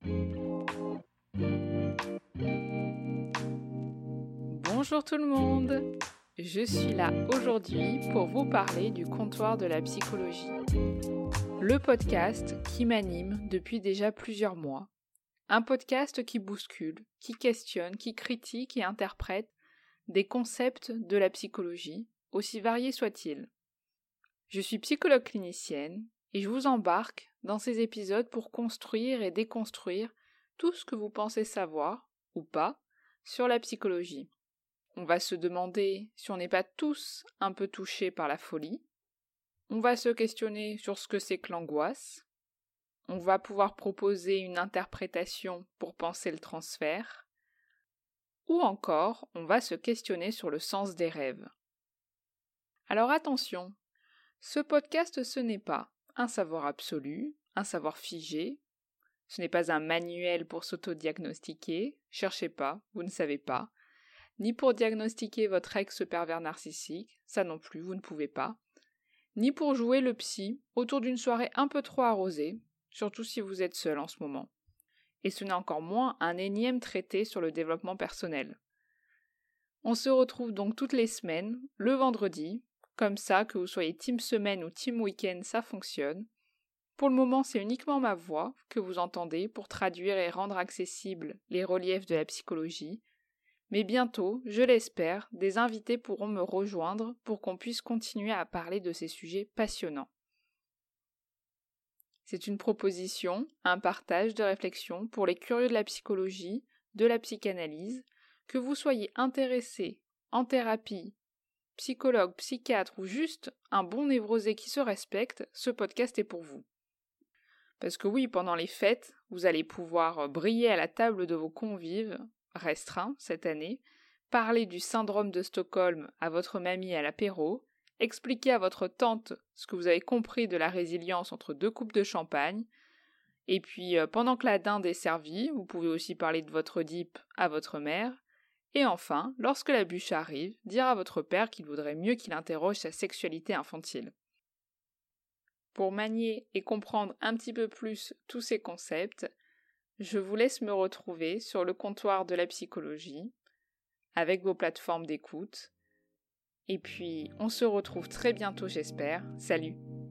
Bonjour tout le monde! Je suis là aujourd'hui pour vous parler du comptoir de la psychologie. Le podcast qui m'anime depuis déjà plusieurs mois. Un podcast qui bouscule, qui questionne, qui critique et interprète des concepts de la psychologie, aussi variés soient-ils. Je suis psychologue clinicienne et je vous embarque dans ces épisodes pour construire et déconstruire tout ce que vous pensez savoir, ou pas, sur la psychologie. On va se demander si on n'est pas tous un peu touchés par la folie. On va se questionner sur ce que c'est que l'angoisse. On va pouvoir proposer une interprétation pour penser le transfert. Ou encore, on va se questionner sur le sens des rêves. Alors attention, ce podcast ce n'est pas un savoir absolu, un savoir figé. Ce n'est pas un manuel pour s'auto-diagnostiquer. Cherchez pas, vous ne savez pas. Ni pour diagnostiquer votre ex-pervers narcissique, ça non plus, vous ne pouvez pas. Ni pour jouer le psy autour d'une soirée un peu trop arrosée, surtout si vous êtes seul en ce moment. Et ce n'est encore moins un énième traité sur le développement personnel. On se retrouve donc toutes les semaines, le vendredi, comme ça, que vous soyez team semaine ou team week-end, ça fonctionne. Pour le moment, c'est uniquement ma voix que vous entendez pour traduire et rendre accessibles les reliefs de la psychologie. Mais bientôt, je l'espère, des invités pourront me rejoindre pour qu'on puisse continuer à parler de ces sujets passionnants. C'est une proposition, un partage de réflexion pour les curieux de la psychologie, de la psychanalyse, que vous soyez intéressé en thérapie, psychologue, psychiatre ou juste un bon névrosé qui se respecte, ce podcast est pour vous. Parce que oui, pendant les fêtes, vous allez pouvoir briller à la table de vos convives, restreint cette année, parler du syndrome de Stockholm à votre mamie à l'apéro, expliquer à votre tante ce que vous avez compris de la résilience entre 2 coupes de champagne, et puis pendant que la dinde est servie, vous pouvez aussi parler de votre dip à votre mère, et enfin, lorsque la bûche arrive, dire à votre père qu'il vaudrait mieux qu'il interroge sa sexualité infantile. Pour manier et comprendre un petit peu plus tous ces concepts, je vous laisse me retrouver sur le comptoir de la psychologie, avec vos plateformes d'écoute. Et puis, on se retrouve très bientôt, j'espère. Salut!